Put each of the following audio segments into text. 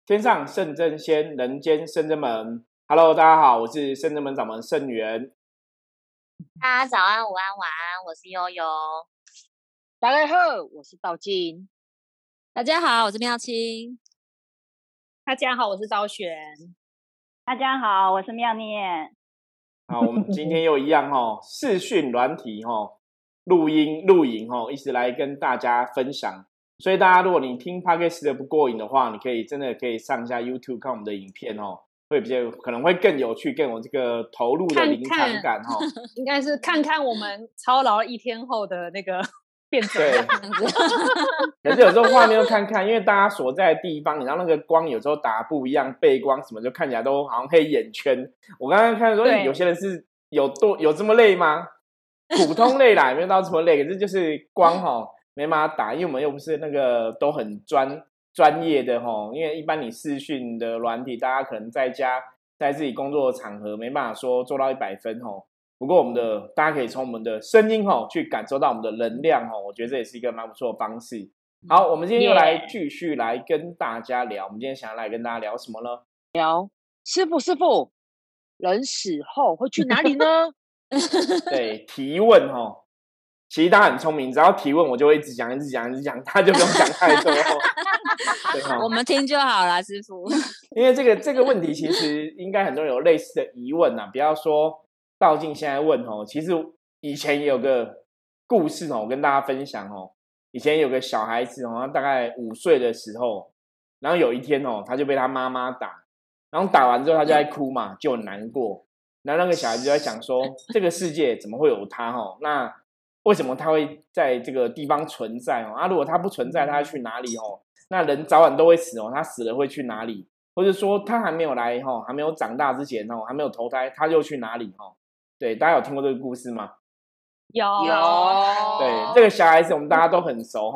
天上圣真仙，人间圣真门。Hello， 大家好，我是圣真门掌门圣元。 大家早安、午安、晚安，我是悠悠。 大家好，我是道静。 大家好，我是妙清。 大家好，我是昭璇。 大家好，我是妙念。 好，我们今天又一样视讯软体录影一起来跟大家分享。所以大家如果你听 Podcast 的不过瘾的话，你真的可以上一下 YouTube 看我们的影片会比较可能会更有趣，更有这个投入的临场感应该是看看我们操劳一天后的那个变成这样子。 可是有时候画面又看看，因为大家所在的地方，你知道那个光有时候打不一样，背光什么就看起来都好像黑眼圈。我刚刚看说，有些人是有这么累吗？普通累啦，也没有到这么累，可是就是光没办法打，因为我们又不是那个都很专业的因为一般你视讯的软体，大家可能在家在自己工作的场合没办法说做到100分不过大家可以从我们的声音去感受到我们的能量我觉得这也是一个蛮不错的方式。好，我们今天又来继续来跟大家聊，我们今天想要来跟大家聊什么呢？ 聊师傅，人死后会去哪里呢？ 对，提问其实大家很聪明，只要提问我就会一直讲，大家就不用讲太多对我们听就好啦，师傅。 因为这个问题其实应该很多人有类似的疑问不要说道静现在问其实以前也有个故事我跟大家分享以前有个小孩子他大概5岁的时候，然后有一天他就被他妈妈打，然后打完之后他就在哭嘛，就很难过。然后那个小孩子就在想说，这个世界怎么会有他那为什么他会在这个地方存在如果他不存在，他会去哪里那人早晚都会死他死了会去哪里？或者说他还没有来还没有长大之前还没有投胎，他又去哪里对，大家有听过这个故事吗？ 有。 对，这个小孩子我们大家都很熟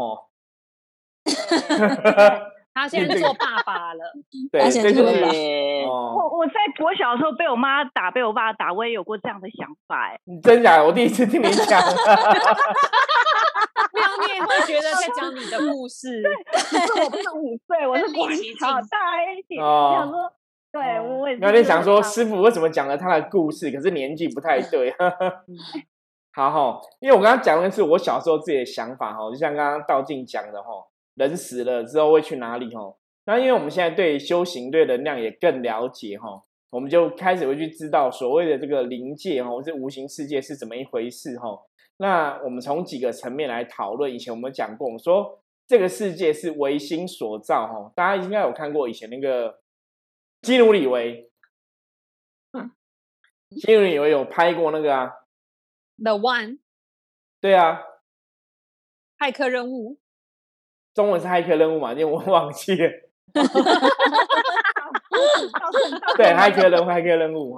他现在做爸爸了。 对，这就是我在国小的时候被我妈打，被我爸打，我也有过这样的想法真假的？我第一次听你讲。 妙念会觉得在讲你的故事。 可是我不是5岁，我是国小大一点。想说，对，我也是。 妙念想说，师傅为什么讲了他的故事，可是年纪不太对。好因为我刚刚讲的是我小时候自己的想法就像刚刚道静讲的人死了之后会去哪里那因为我们现在对修行对能量也更了解我们就开始会去知道所谓的这个灵界或是无形世界是怎么一回事那我们从几个层面来讨论。以前我们讲过，我们说这个世界是唯心所造大家应该有看过以前那个基努里维基努里维有拍过那个 The One。 对啊， 骇客任务， 中文是骇客任务嘛，因为我忘记了。对，骇客任务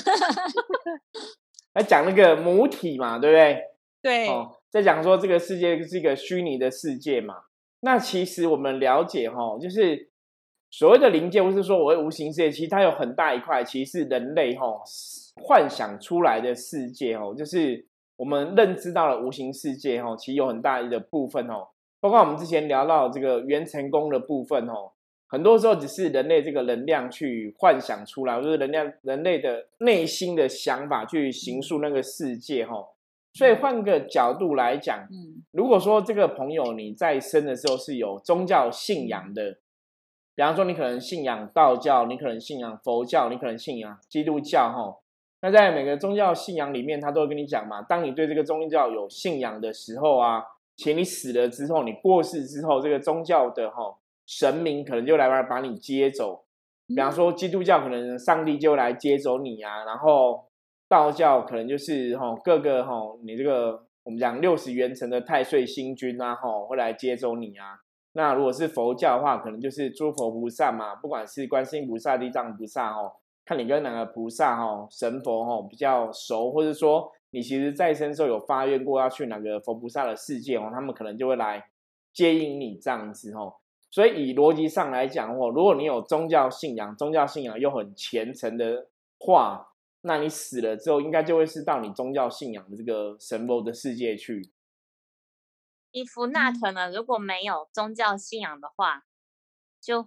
来讲那个母体嘛，对不对？ 对在讲说这个世界是一个虚拟的世界嘛。那其实我们了解就是所谓的灵界，或是说我谓无形世界，其实它有很大一块其实是人类幻想出来的世界就是我们认知到了无形世界其实有很大的部分包括我们之前聊到这个元成功的部分很多时候只是人类这个能量去幻想出来，就是人类的内心的想法去形塑那个世界所以换个角度来讲，如果说这个朋友你在生的时候是有宗教信仰的，比方说你可能信仰道教，你可能信仰佛教，你可能信仰基督教那在每个宗教信仰里面他都会跟你讲嘛，当你对这个宗教有信仰的时候且你死了之后，你过世之后，这个宗教的神明可能就来把你接走。比方说基督教可能上帝就来接走你然后道教可能就是各个你这个我们讲60元神的太岁星君会来接走你那如果是佛教的话，可能就是诸佛菩萨嘛，不管是观世音菩萨、地藏菩萨看你跟哪个菩萨神佛比较熟，或者说你其实在生时候有发愿过要去哪个佛菩萨的世界他们可能就会来接引你这样子所以以逻辑上来讲如果你有宗教信仰又很虔诚的话，那你死了之后应该就会是到你宗教信仰的这个神佛的世界去。 伊芙那可能如果没有宗教信仰的话，就会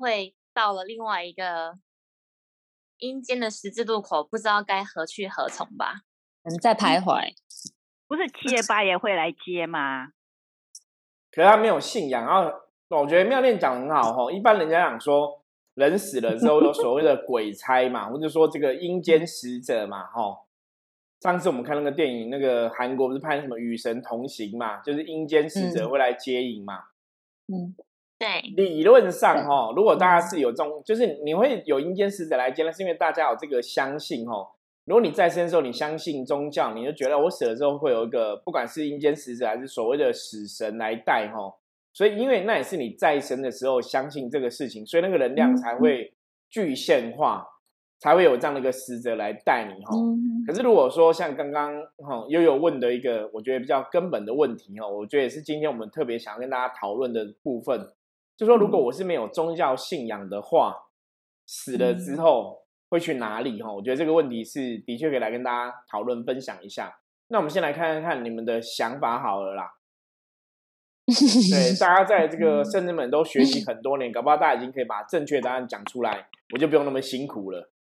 到了另外一个阴间的十字路口，不知道该何去何从吧。 在徘徊。 不是七爷八爷会来接吗？ 可是他没有信仰，然后我觉得妙念讲得很好吼。一般人家讲说，人死了之后有所谓的鬼差嘛，或者说这个阴间使者嘛吼。上次我们看那个电影，那个韩国不是拍什么《与神同行》嘛，就是阴间使者会来接引嘛。 对。 理论上吼，如果大家是有这种，就是你会有阴间使者来接，那是因为大家有这个相信吼。如果你在生的时候你相信宗教，你就觉得我死了之后会有一个不管是阴间使者还是所谓的死神来带吼，所以因为那也是你在生的时候相信这个事情，所以那个能量才会具现化，才会有这样的一个使者来带你吼。可是如果说像刚刚悠悠问的一个我觉得比较根本的问题吼，我觉得也是今天我们特别想要跟大家讨论的部分，就说如果我是没有宗教信仰的话，死了之后会去哪里？我觉得这个问题是的确可以来跟大家讨论分享一下。那我们先来看看你们的想法好了啦。对，大家在这个圣人们都学习很多年，搞不好大家已经可以把正确答案讲出来，我就不用那么辛苦了。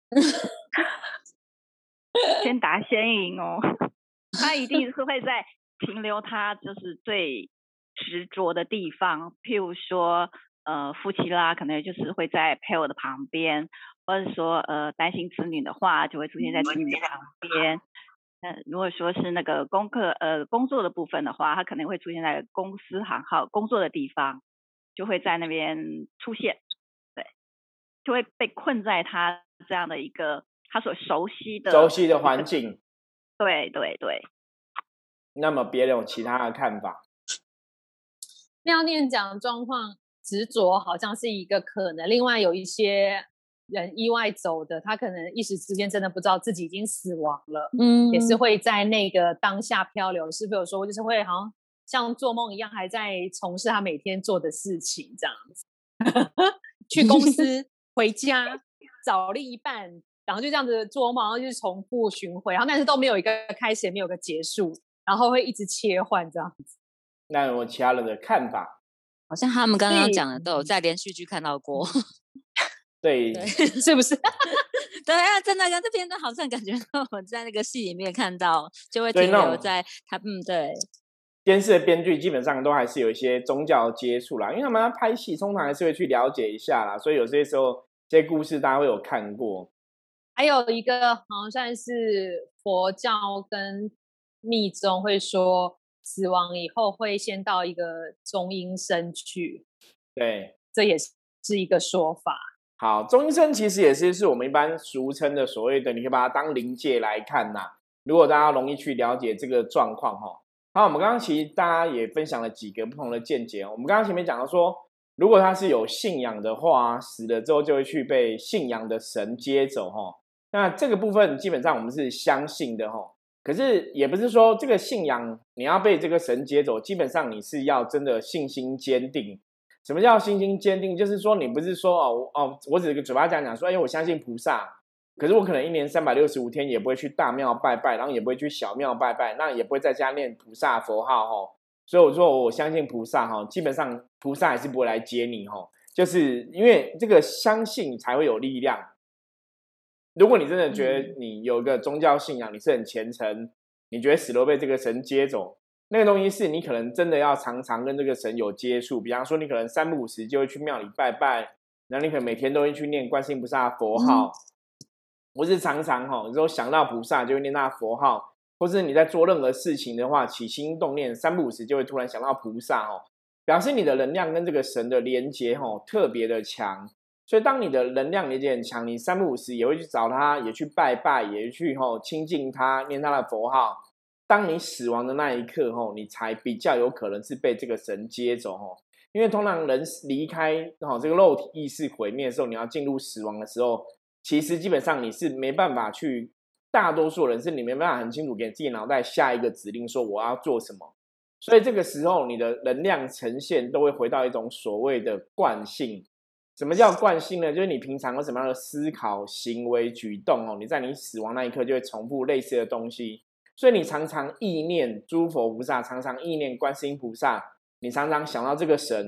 先答先赢哦，他一定是会在停留他就是最执着的地方，譬如说夫妻啦，可能就是会在配偶的旁边，或者说担心子女的话，就会出现在子女的旁边。如果说是那个工作的部分的话，他可能会出现在公司行号工作的地方，就会在那边出现，对，就会被困在他这样的一个他所熟悉的环境。 对对对。 那么别人有其他的看法？ 妙念讲的状况，执着好像是一个可能，另外有一些人意外走的，他可能一时之间真的不知道自己已经死亡了，也是会在那个当下漂流，是不是有说就是会好像做梦一样，还在从事他每天做的事情这样子。去公司回家找另一半，然后就这样子做梦，然后就是重复巡回，然后但是都没有一个开始，也没有一个结束，然后会一直切换这样子。 那有其他人的看法？ 好像他们刚刚讲的都有在连续剧看到过。 对， 是不是？ 对啊，真的跟这片段好像感觉到我在那个戏里面看到，就会停留在他对。 电视的编剧基本上都还是有一些宗教接触啦，因为他们要拍戏，通常还是会去了解一下啦，所以有些时候这些故事大家会有看过。 还有一个好像是佛教跟密宗会说，死亡以后会先到一个中阴身去。 对， 这也是一个说法。 好，中阴身其实也是我们一般俗称的所谓的，你可以把它当灵界来看呐。如果大家容易去了解这个状况哈。好，我们刚刚其实大家也分享了几个不同的见解。我们刚刚前面讲到说，如果他是有信仰的话，死了之后就会去被信仰的神接走哈。那这个部分基本上我们是相信的哈。可是也不是说这个信仰你要被这个神接走，基本上你是要真的信心坚定。什么叫信心坚定？就是说你不是说我只是嘴巴讲说，我相信菩萨，可是我可能1年365天也不会去大庙拜拜，然后也不会去小庙拜拜，那也不会在家念菩萨佛号所以我说我相信菩萨基本上菩萨还是不会来接你就是因为这个相信才会有力量。如果你真的觉得你有一个宗教信仰，你是很虔诚，你觉得死了被这个神接走，那个东西是你可能真的要常常跟这个神有接触。比方说你可能3不5时就会去庙里拜拜，然后你可能每天都会去念观世音菩萨的佛号，或是常常有时候想到菩萨就会念他的佛号，或是你在做任何事情的话，起心动念3不5时就会突然想到菩萨表示你的能量跟这个神的连结特别的强。所以当你的能量连结很强，你3不5时也会去找他，也去拜拜，也去亲近他，念他的佛号。当你死亡的那一刻你才比较有可能是被这个神接走因为通常人离开这个肉体意识毁灭的时候，你要进入死亡的时候，其实基本上你是没办法去，大多数人是你没办法很清楚给自己脑袋下一个指令说我要做什么。所以这个时候你的能量呈现都会回到一种所谓的惯性。什么叫惯性呢？就是你平常有什么样的思考行为举动你在你死亡那一刻就会重复类似的东西。所以你常常意念诸佛菩萨，常常意念观世音菩萨，你常常想到这个神，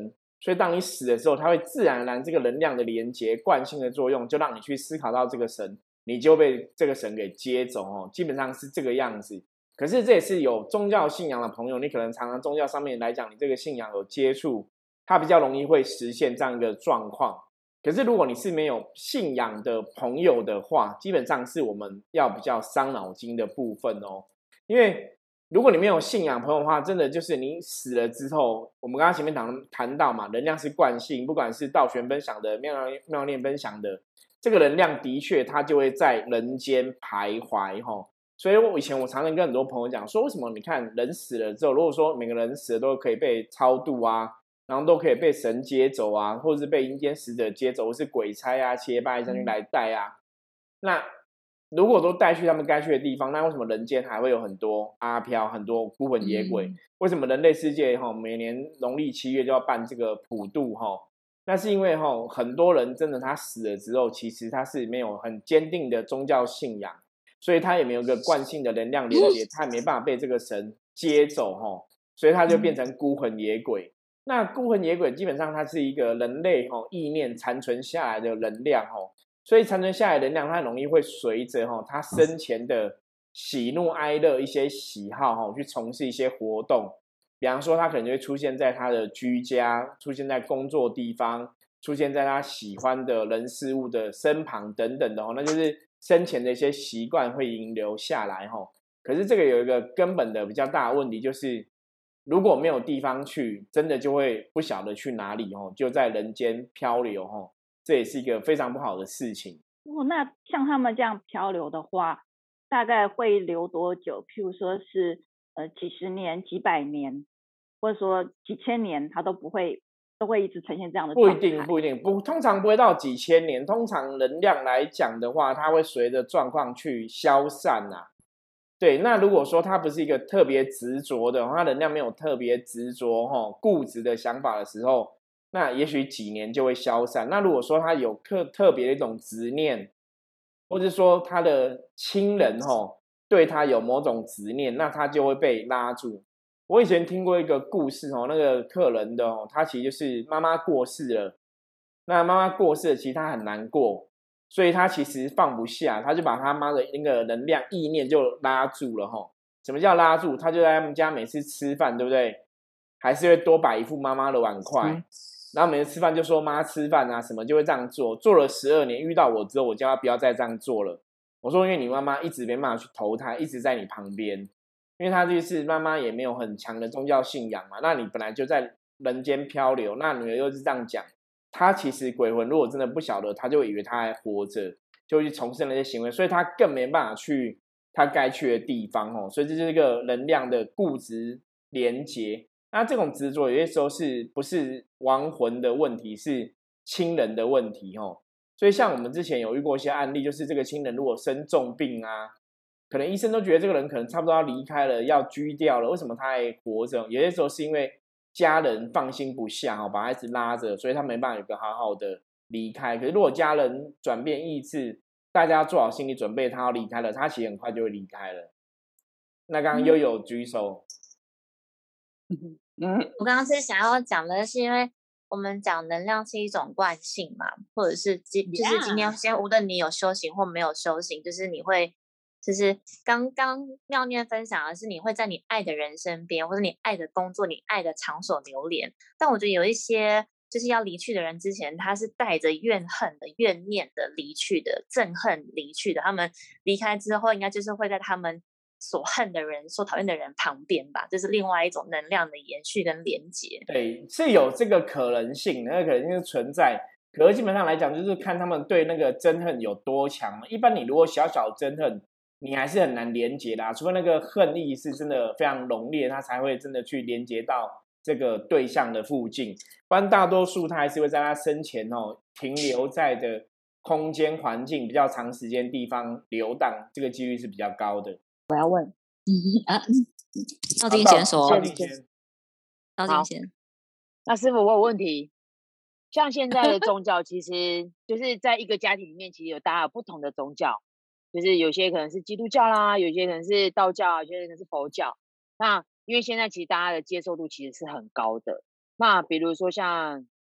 所以当你死的时候，它会自然而然这个能量的连接惯性的作用，就让你去思考到这个神，你就被这个神给接走哦，基本上是这个样子。可是这也是有宗教信仰的朋友，你可能常常宗教上面来讲，你这个信仰有接触，它比较容易会实现这样一个状况。可是如果你是没有信仰的朋友的话，基本上是我们要比较伤脑筋的部分哦。因为如果你没有信仰朋友的话，真的就是你死了之后，我们刚刚前面谈到嘛，能量是惯性，不管是道玄分享的、妙念分享的，这个能量的确它就会在人间徘徊齁。所以以前我常常跟很多朋友讲说，为什么你看人死了之后，如果说每个人死了都可以被超度啊，然后都可以被神接走啊，或者是被阴间使者接走，或是鬼差啊、切拜将军来带啊，那如果都带去他们该去的地方，那为什么人间还会有很多阿飘、很多孤魂野鬼？为什么人类世界每年农历7月就要办这个普渡？那是因为很多人真的他死了之后，其实他是没有很坚定的宗教信仰，所以他也没有一个惯性的能量连接，他也没办法被这个神接走所以他就变成孤魂野鬼。那孤魂野鬼基本上它是一个人类意念残存下来的能量所以残存下来的能量，它很容易会随着他生前的喜怒哀乐一些喜好去从事一些活动。比方说，他可能就会出现在他的居家，出现在工作地方，出现在他喜欢的人事物的身旁等等的那就是生前的一些习惯会遗留下来可是这个有一个根本的比较大的问题，就是如果没有地方去，真的就会不晓得去哪里就在人间漂流这也是一个非常不好的事情。 那像他们这样漂流的话，大概会留多久？譬如说是几十年、几百年，或者说几千年，它都会一直呈现这样的状态？ 不一定，通常不会到几千年。通常能量来讲的话，它会随着状况去消散啊。对，那如果说它不是一个特别执着的，它能量没有特别执着固执的想法的时候，那也许几年就会消散。那如果说他有特别的一种执念，或者说他的亲人对他有某种执念，那他就会被拉住。我以前听过一个故事那个客人的他其实就是妈妈过世了，那妈妈过世了，其实他很难过，所以他其实放不下，他就把他妈的那个能量意念就拉住了什么叫拉住？他就在他们家每次吃饭，对不对？还是会多摆一副妈妈的碗筷，然后每次吃饭就说妈吃饭啊什么，就会这样做。做了12年，遇到我之后，我叫他不要再这样做了。我说因为你妈妈一直没办法去投胎，一直在你旁边，因为他就是妈妈也没有很强的宗教信仰嘛，那你本来就在人间漂流，那女儿又是这样讲，他其实鬼魂如果真的不晓得，他就会以为他还活着，就会去从事那些行为，所以他更没办法去他该去的地方所以这就是一个能量的固执连结。那这种执着有些时候是不是亡魂的问题，是亲人的问题所以像我们之前有遇过一些案例，就是这个亲人如果生重病啊，可能医生都觉得这个人可能差不多要离开了，要居掉了，为什么他还活着？有些时候是因为家人放心不下把他一直拉着，所以他没办法有个好好的离开。可是如果家人转变意志，大家做好心理准备，他要离开了，他其实很快就会离开了。那刚刚又有举手。 我刚刚是想要讲的是，因为我们讲能量是一种惯性嘛，或者是就是今天先无论你有修行或没有修行，就是你会就是刚刚妙念分享的是你会在你爱的人身边，或者你爱的工作、你爱的场所流连。但我觉得有一些就是要离去的人之前，他是带着怨恨的、怨念的离去的、憎恨离去的。他们离开之后，应该就是会在他们所恨的人、所讨厌的人旁边吧，这是另外一种能量的延续跟连结。 对，是有这个可能性，那个可能性是存在。可是基本上来讲，就是看他们对那个憎恨有多强。一般你如果小小憎恨，你还是很难连结的除非那个恨意是真的非常浓烈，他才会真的去连接到这个对象的附近。不然大多数他还是会在他生前停留在的空间环境比较长时间地方流荡，这个几率是比较高的。 我要问赵金贤说， 赵金贤， 那师傅我有问题，像现在的宗教其实就是在一个家庭里面，其实大家有不同的宗教，就是有些可能是基督教啦，有些可能是道教，有些可能是佛教。那因为现在其实大家的接受度其实是很高的，那比如说像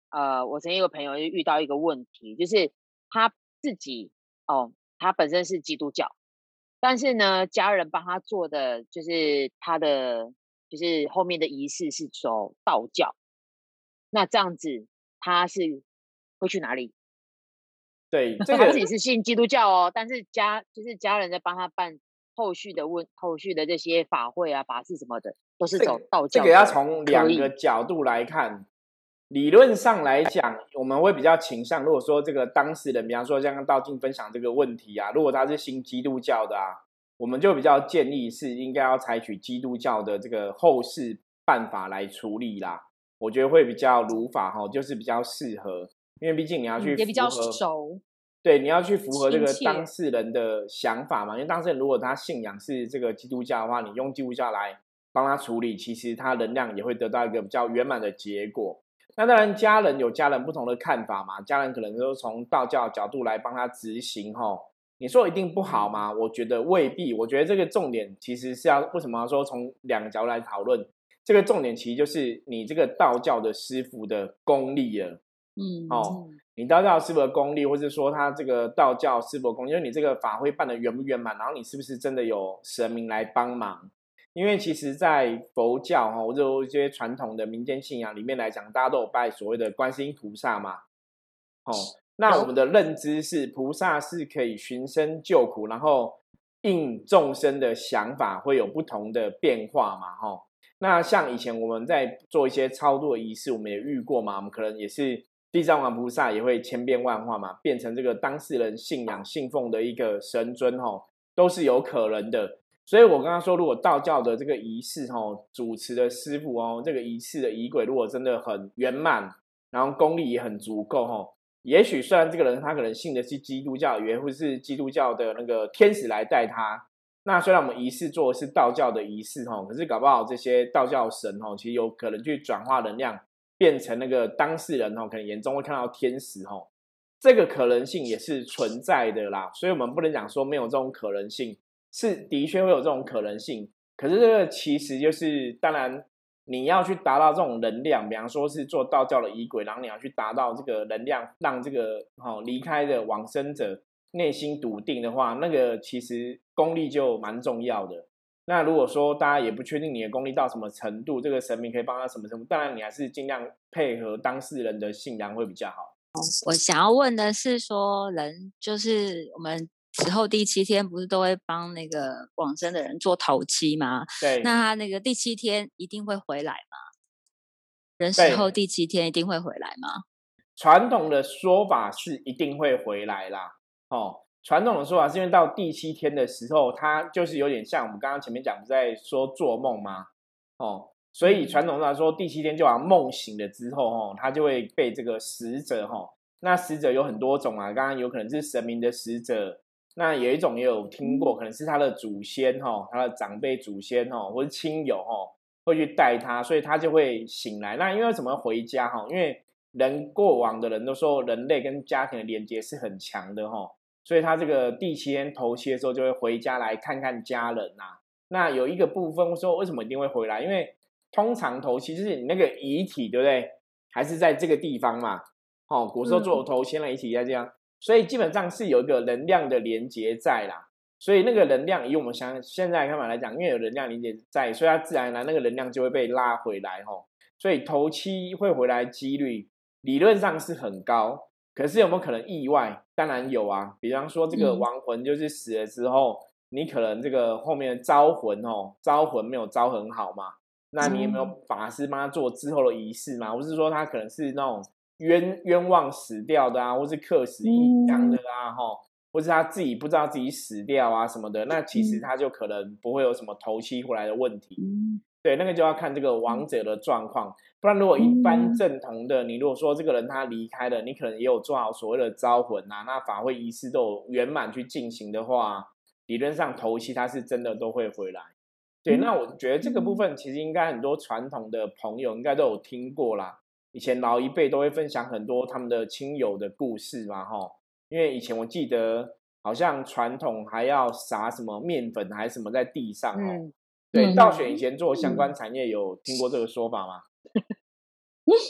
我曾经有个朋友就遇到一个问题，就是他自己他本身是基督教，但是呢，家人帮他做的就是他的就是后面的仪式是走道教，那这样子他是会去哪里？ 对，这他个自己是信基督教哦，但是就是家人在帮他办后续的这些法会啊、法事什么的，都是走道教的。 这个要从2个角度来看。理论上来讲，我们会比较倾向，如果说这个当事人，比方说像道静分享这个问题啊，如果他是信基督教的啊，我们就比较建议是应该要采取基督教的这个后事办法来处理啦。我觉得会比较如法就是比较适合，因为毕竟你要去也比较熟。 对，你要去符合这个当事人的想法嘛，因为当事人如果他信仰是这个基督教的话，你用基督教来帮他处理，其实他能量也会得到一个比较圆满的结果。那当然家人有家人不同的看法嘛，家人可能都从道教的角度来帮他执行你说一定不好吗？我觉得未必。我觉得这个重点其实是要为什么要说从2个角度来讨论，这个重点其实就是你这个道教的师傅的功力了。你道教师傅的功力，或者说他这个道教师傅的功力，就是你这个法会办得圆不圆满，然后你是不是真的有神明来帮忙。因为其实在佛教或者一些传统的民间信仰里面来讲，大家都有拜所谓的观世音菩萨嘛。那我们的认知是菩萨是可以寻声救苦，然后应众生的想法会有不同的变化嘛。那像以前我们在做一些超度的仪式，我们也遇过嘛，我们可能也是地藏王菩萨也会千变万化嘛，变成这个当事人信仰信奉的一个神尊都是有可能的。所以我刚刚说，如果道教的这个仪式主持的师傅这个仪式的仪轨如果真的很圆满，然后功力也很足够也许虽然这个人他可能信的是基督教，也或是基督教的那个天使来带他，那虽然我们仪式做的是道教的仪式可是搞不好这些道教神其实有可能去转化能量，变成那个当事人可能眼中会看到天使这个可能性也是存在的啦。所以我们不能讲说没有这种可能性，是的确会有这种可能性。可是这个其实就是当然你要去达到这种能量，比方说是做道教的仪轨，然后你要去达到这个能量，让这个离开的往生者内心笃定的话，那个其实功力就蛮重要的。那如果说大家也不确定你的功力到什么程度，这个神明可以帮他什么程度，当然你还是尽量配合当事人的信仰会比较好。 我想要问的是说，人就是我们死后第7天不是都会帮那个往生的人做头七吗？ 对， 那他那个第7天一定会回来吗？人死后第7天一定会回来吗？ 传统的说法是一定会回来啦。传统的说法是因为到第7天的时候，他就是有点像我们刚刚前面讲在说做梦嘛。所以传统上说第7天就好像梦醒了之后他就会被这个使者那使者有很多种啊，刚刚有可能是神明的使者，那有一种也有听过可能是他的祖先他的长辈祖先或是亲友会去带他，所以他就会醒来。那因为为什么回家因为人过往的人都说人类跟家庭的连结是很强的所以他这个第7天头七的时候就会回家来看看家人啊。那有一个部分说为什么一定会回来，因为通常头七就是你那个遗体对不对，还是在这个地方嘛古时候做头七的遗体在这样，所以基本上是有一个能量的连结在啦。所以那个能量以我们现在看法来讲，因为有能量连结在，所以它自然而然那个能量就会被拉回来所以头七会回来几率理论上是很高。可是有没有可能意外？当然有啊。比方说这个亡魂就是死了之后你可能这个后面的招魂没有招很好嘛，那你有没有法师帮他做之后的仪式嘛？或是说他可能是那种冤枉死掉的啊，或是客死异乡的啊或是他自己不知道自己死掉啊什么的，那其实他就可能不会有什么头七回来的问题。对，那个就要看这个亡者的状况。不然如果一般正统的你如果说这个人他离开了，你可能也有做好所谓的招魂啊，那法会仪式都有圆满去进行的话，理论上头七他是真的都会回来。对，那我觉得这个部分其实应该很多传统的朋友应该都有听过啦。以前老一辈都会分享很多他们的亲友的故事嘛因为以前我记得好像传统还要撒什么面粉还是什么在地上对，道玄以前做相关产业有听过这个说法吗？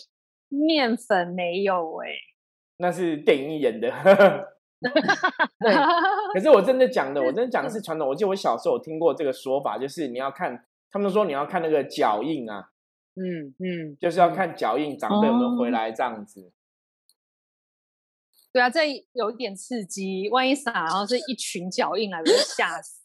面粉没有那是电影演的。 对， 可是我真的讲的是传统。我记得我小时候有听过这个说法，就是你要看，他们说你要看那个脚印啊，就是要看脚印，长辈有没有回来这样子。 对啊，这有一点刺激，万一撒然后是一群脚印来，我就吓死。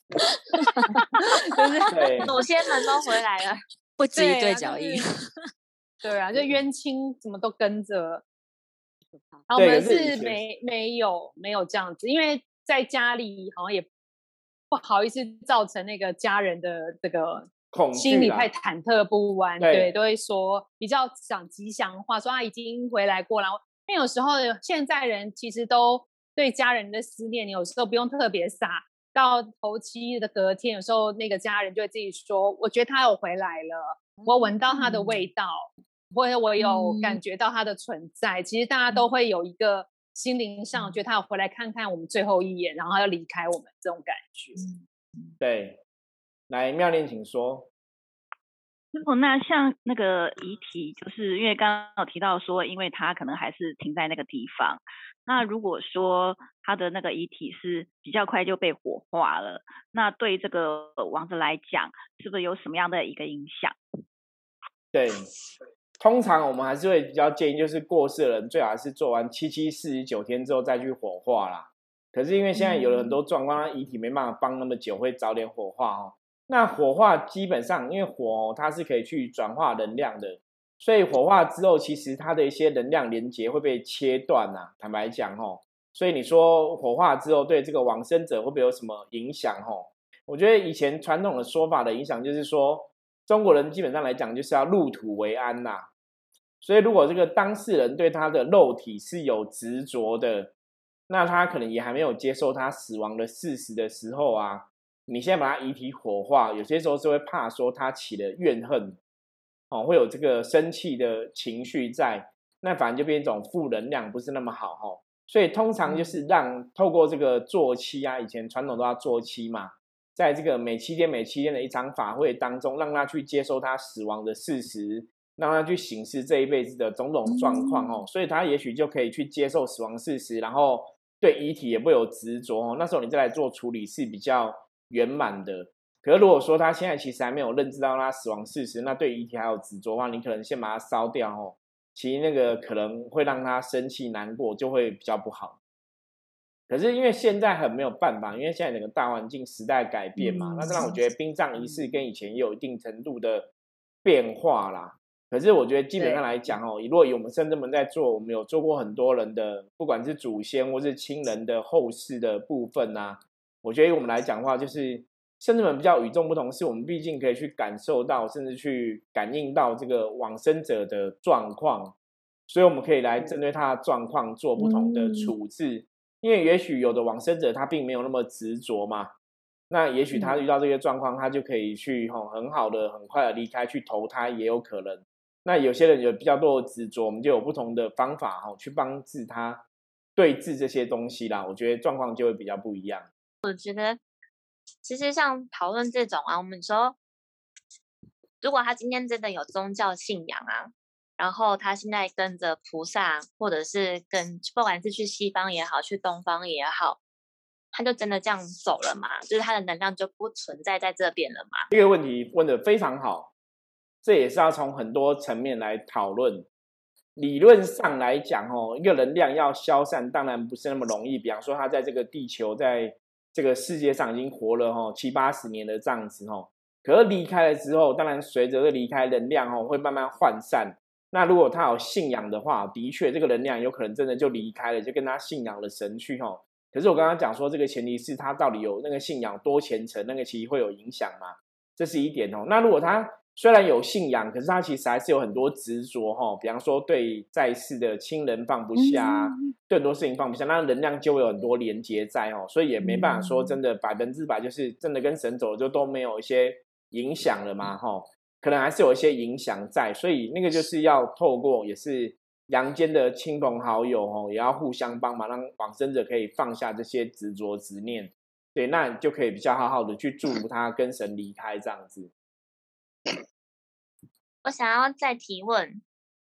就是祖先们都回来了， 不止一对脚印。 对啊，就冤亲怎么都跟着。然后我们是没有这样子，因为在家里好像也不好意思造成那个家人的这个心里太忐忑不安，对，都会说比较讲吉祥话，说已经回来过了。因为有时候现在人其实都对家人的思念，你有时候不用特别撒，到头七的隔天，有时候那个家人就会自己说，我觉得他有回来了，我闻到他的味道。或者我有感觉到他的存在，其实大家都会有一个心灵上觉得他要回来看看我们最后一眼，然后要离开我们这种感觉。 对，来妙莲请说。 那像那个遗体，就是因为刚刚有提到说，因为他可能还是停在那个地方。那如果说他的那个遗体是比较快就被火化了，那对这个亡者来讲，是不是有什么样的一个影响？ 对。通常我们还是会比较建议，就是过世的人最好是做完749天之后再去火化啦。可是因为现在有了很多状况，遗体没办法放那么久，会早点火化那火化基本上，因为火它是可以去转化能量的，所以火化之后，其实它的一些能量连接会被切断坦白讲所以你说火化之后对这个往生者会不会有什么影响我觉得以前传统的说法的影响就是说，中国人基本上来讲就是要入土为安所以如果这个当事人对他的肉体是有执着的，那他可能也还没有接受他死亡的事实的时候你现在把他遗体火化，有些时候是会怕说他起了怨恨会有这个生气的情绪在，那反而就变一种负能量，不是那么好所以通常就是透过这个做七以前传统都要做七嘛，在这个每7天的一场法会当中，让他去接受他死亡的事实，让他去省视这一辈子的种种状况所以他也许就可以去接受死亡事实，然后对遗体也不会有执着那时候你再来做处理是比较圆满的。可是如果说他现在其实还没有认知到他死亡事实，那对遗体还有执着的话，你可能先把它烧掉其实那个可能会让他生气难过，就会比较不好。可是因为现在很没有办法，因为现在整个大环境时代改变嘛，那当然我觉得殡葬仪式跟以前也有一定程度的变化啦。可是我觉得基本上来讲如果以我们圣真门在做，我们有做过很多人的，不管是祖先或是亲人的后事的部分我觉得以我们来讲的话，就是圣真门比较与众不同，是我们毕竟可以去感受到，甚至去感应到这个往生者的状况，所以我们可以来针对他的状况做不同的处置。因为也许有的往生者他并没有那么执着嘛，那也许他遇到这些状况，他就可以去很好的很快的离开去投胎也有可能。那有些人有比较多的执着，我们就有不同的方法去帮助他对治这些东西啦，我觉得状况就会比较不一样。 我觉得其实像讨论这种我们说如果他今天真的有宗教信仰然后他现在跟着菩萨，或者是不管是去西方也好，去东方也好，他就真的这样走了嘛？就是他的能量就不存在在这边了嘛？ 这个问题问得非常好，这也是要从很多层面来讨论。理论上来讲一个能量要消散，当然不是那么容易。比方说他在这个地球，在这个世界上已经活了70-80年的这样子可是离开了之后，当然随着这离开，能量会慢慢涣散。那如果他有信仰的话，的确这个能量有可能真的就离开了，就跟他信仰的神去可是我刚刚讲说，这个前提是他到底有那个信仰多虔诚，那个其实会有影响嘛，这是一点那如果他虽然有信仰，可是他其实还是有很多执着比方说对在世的亲人放不下对很多事情放不下，那能量就会有很多连结在所以也没办法说真的100%就是真的跟神走了就都没有一些影响了嘛可能还是有一些影响在，所以那个就是要透过也是阳间的亲朋好友也要互相帮忙，让往生者可以放下这些执着执念，对，那你就可以比较好好的去祝福他跟神离开这样子。 我想要再提问，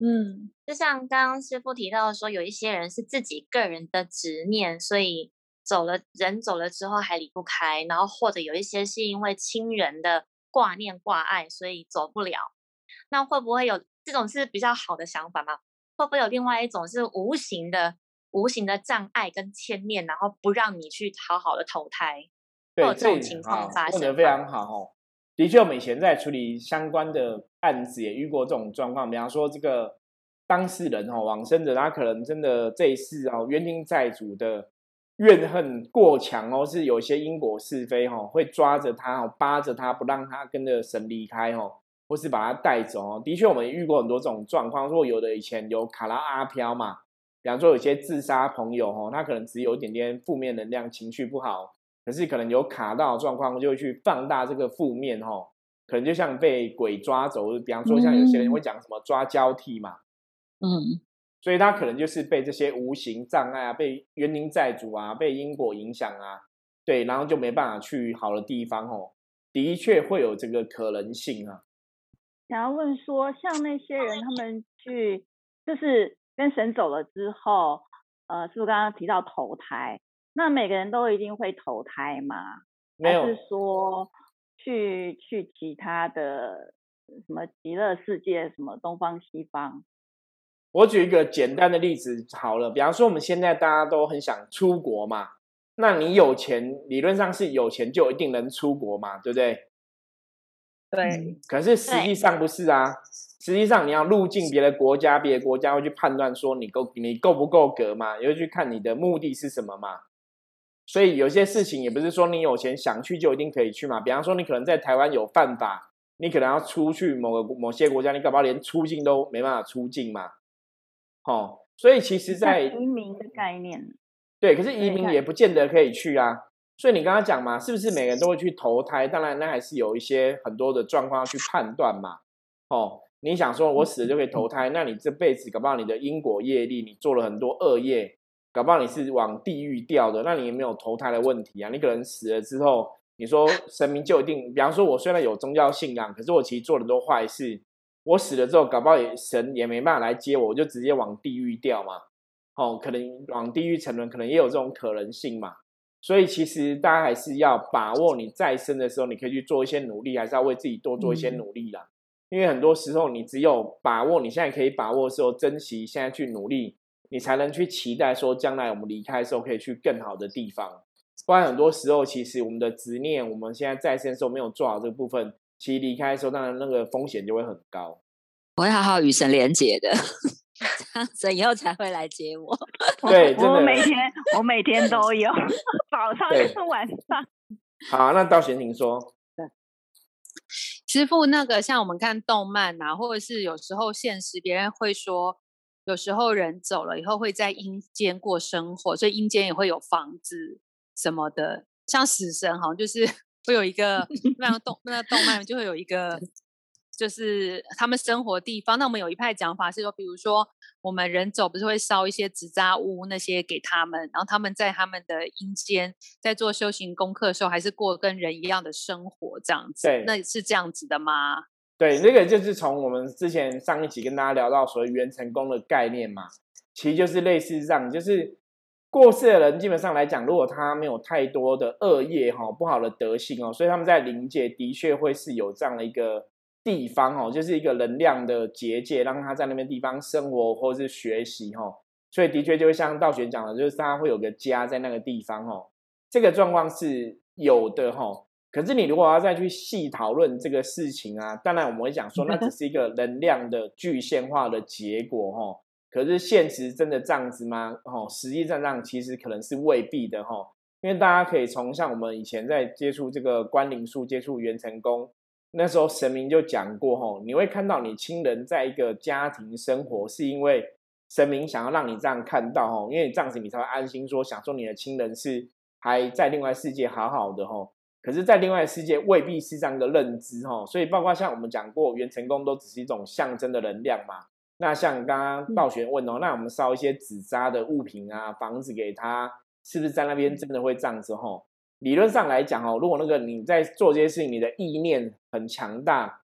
就像刚刚师父提到的说，有一些人是自己个人的执念，所以人走了之后还离不开，然后或者有一些是因为亲人的挂念挂碍，所以走不了。那会不会有这种是比较好的想法吗？会不会有另外一种是无形的障碍跟牵念，然后不让你去好好的投胎？会有这种情况发生吗？ 问得非常好哦。的确，我们以前在处理相关的案子也遇过这种状况，比方说这个当事人往生者，他可能真的这一世冤亲债主的怨恨过强是有一些因果是非会抓着他扒着他，不让他跟着神离开或是把他带走的确，我们也遇过很多这种状况。如果有的以前有卡拉阿飘嘛，比方说有些自杀朋友他可能只有一点点负面能量，情绪不好。可是可能有卡到的状况，就会去放大这个负面可能就像被鬼抓走，比方说像有些人会讲什么抓交替嘛，所以他可能就是被这些无形障碍啊，被冤亲债主啊，被因果影响啊，对，然后就没办法去好的地方的确会有这个可能性啊。 想要问说，像那些人他们去就是跟神走了之后，是不是刚刚提到投胎？那每个人都一定会投胎吗？ 没有， 还是说去其他的什么极乐世界，什么东方西方？ 我举一个简单的例子好了，比方说我们现在大家都很想出国嘛，那你有钱，理论上是有钱就一定能出国嘛，对不对？ 对。 可是实际上不是啊，实际上你要入境别的国家，别的国家会去判断说你够不够格嘛，也会去看你的目的是什么嘛。所以有些事情也不是说你有钱想去就一定可以去嘛。比方说你可能在台湾有犯法，你可能要出去某些国家，你搞不好连出境都没办法出境嘛。所以其实在移民的概念， 对，可是移民也不见得可以去啊。所以你刚刚讲嘛，是不是每个人都会去投胎？当然那还是有一些很多的状况要去判断嘛。你想说我死了就可以投胎，那你这辈子搞不好你的因果业力，你做了很多恶业，搞不好你是往地狱掉的，那你也没有投胎的问题啊。你可能死了之后，你说神明就一定，比方说我虽然有宗教信仰，可是我其实做了很多坏事，我死了之后，搞不好神也没办法来接我，我就直接往地狱掉嘛。可能往地狱沉沦，可能也有这种可能性嘛。所以其实大家还是要把握你在生的时候，你可以去做一些努力，还是要为自己多做一些努力啦。因为很多时候你只有把握你现在可以把握的时候，珍惜现在去努力，你才能去期待说将来我们离开的时候可以去更好的地方。不然很多时候其实我们的执念，我们现在在生的时候没有做好这个部分，其实离开的时候当然那个风险就会很高。 我会好好与神连结的，这样神以后才会来接我。 对，真的， 我每天都有，早上跟晚上。 好，那道玄请说。 师父，那个像我们看动漫啊，或者是有时候现实，别人会说，有时候人走了以后会在阴间过生活，所以阴间也会有房子什么的。像死神好像就是会有一个那个动漫就会有一个。就是他们生活地方，那我们有一派讲法是说，比如说我们人走不是会烧一些纸扎屋那些给他们，然后他们在他们的阴间在做修行功课的时候，还是过跟人一样的生活这样子。 对， 那是这样子的吗？ 对，那个就是从我们之前上一集跟大家聊到所谓元成功的概念嘛，其实就是类似这样，就是过世的人基本上来讲，如果他没有太多的恶业不好的德性所以他们在灵界的确会是有这样的一个地方就是一个能量的结界，让他在那边地方生活或是学习所以的确就会像道玄讲的，就是他会有个家在那个地方这个状况是有的可是你如果要再去细讨论这个事情啊，当然我们会讲说那只是一个能量的具现化的结果可是现实真的这样子吗？实际上其实可能是未必的因为大家可以从像我们以前在接触这个观灵术、接触元成功。那时候神明就讲过你会看到你亲人在一个家庭生活，是因为神明想要让你这样看到因为你这样子你才会安心说想说你的亲人是还在另外世界好好的可是在另外世界未必是这样的认知所以包括像我们讲过元成功都只是一种象征的能量嘛。那像刚刚道玄问那我们烧一些纸扎的物品啊房子给他，是不是在那边真的会这样子理论上来讲如果那个你在做这些事情，你的意念很强大，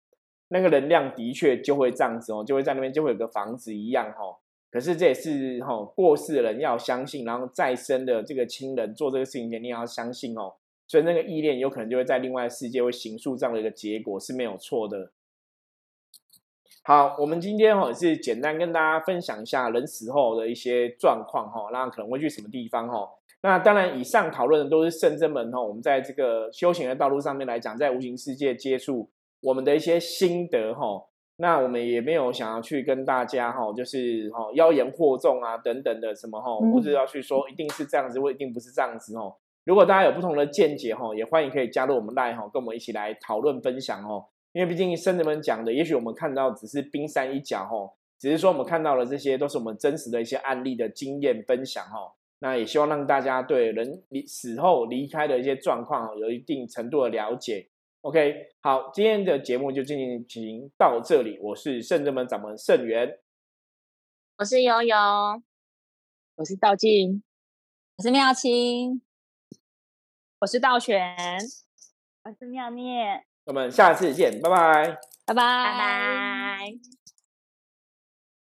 那个能量的确就会这样子就会在那边就会有个房子一样可是这也是过世的人要相信，然后再生的这个亲人做这个事情前你也要相信所以那个意念有可能就会在另外的世界会形塑这样的一个结果是没有错的。好，我们今天也是简单跟大家分享一下人死后的一些状况那可能会去什么地方那当然以上讨论的都是圣真门我们在这个修行的道路上面来讲，在无形世界接触我们的一些心得那我们也没有想要去跟大家就是妖言惑众啊等等的什么或者要去说一定是这样子或一定不是这样子如果大家有不同的见解也欢迎可以加入我们 LINE 跟我们一起来讨论分享因为毕竟圣人们讲的也许我们看到只是冰山一角只是说我们看到的这些都是我们真实的一些案例的经验分享那也希望让大家对人死后离开的一些状况有一定程度的了解。 OK， 好，今天的节目就进行到这里，我是圣人们掌门圣元， 我是悠悠， 我是道静， 我是妙清， 我是道玄， 我是妙念， 我们下次见，拜拜， 拜拜， 拜拜。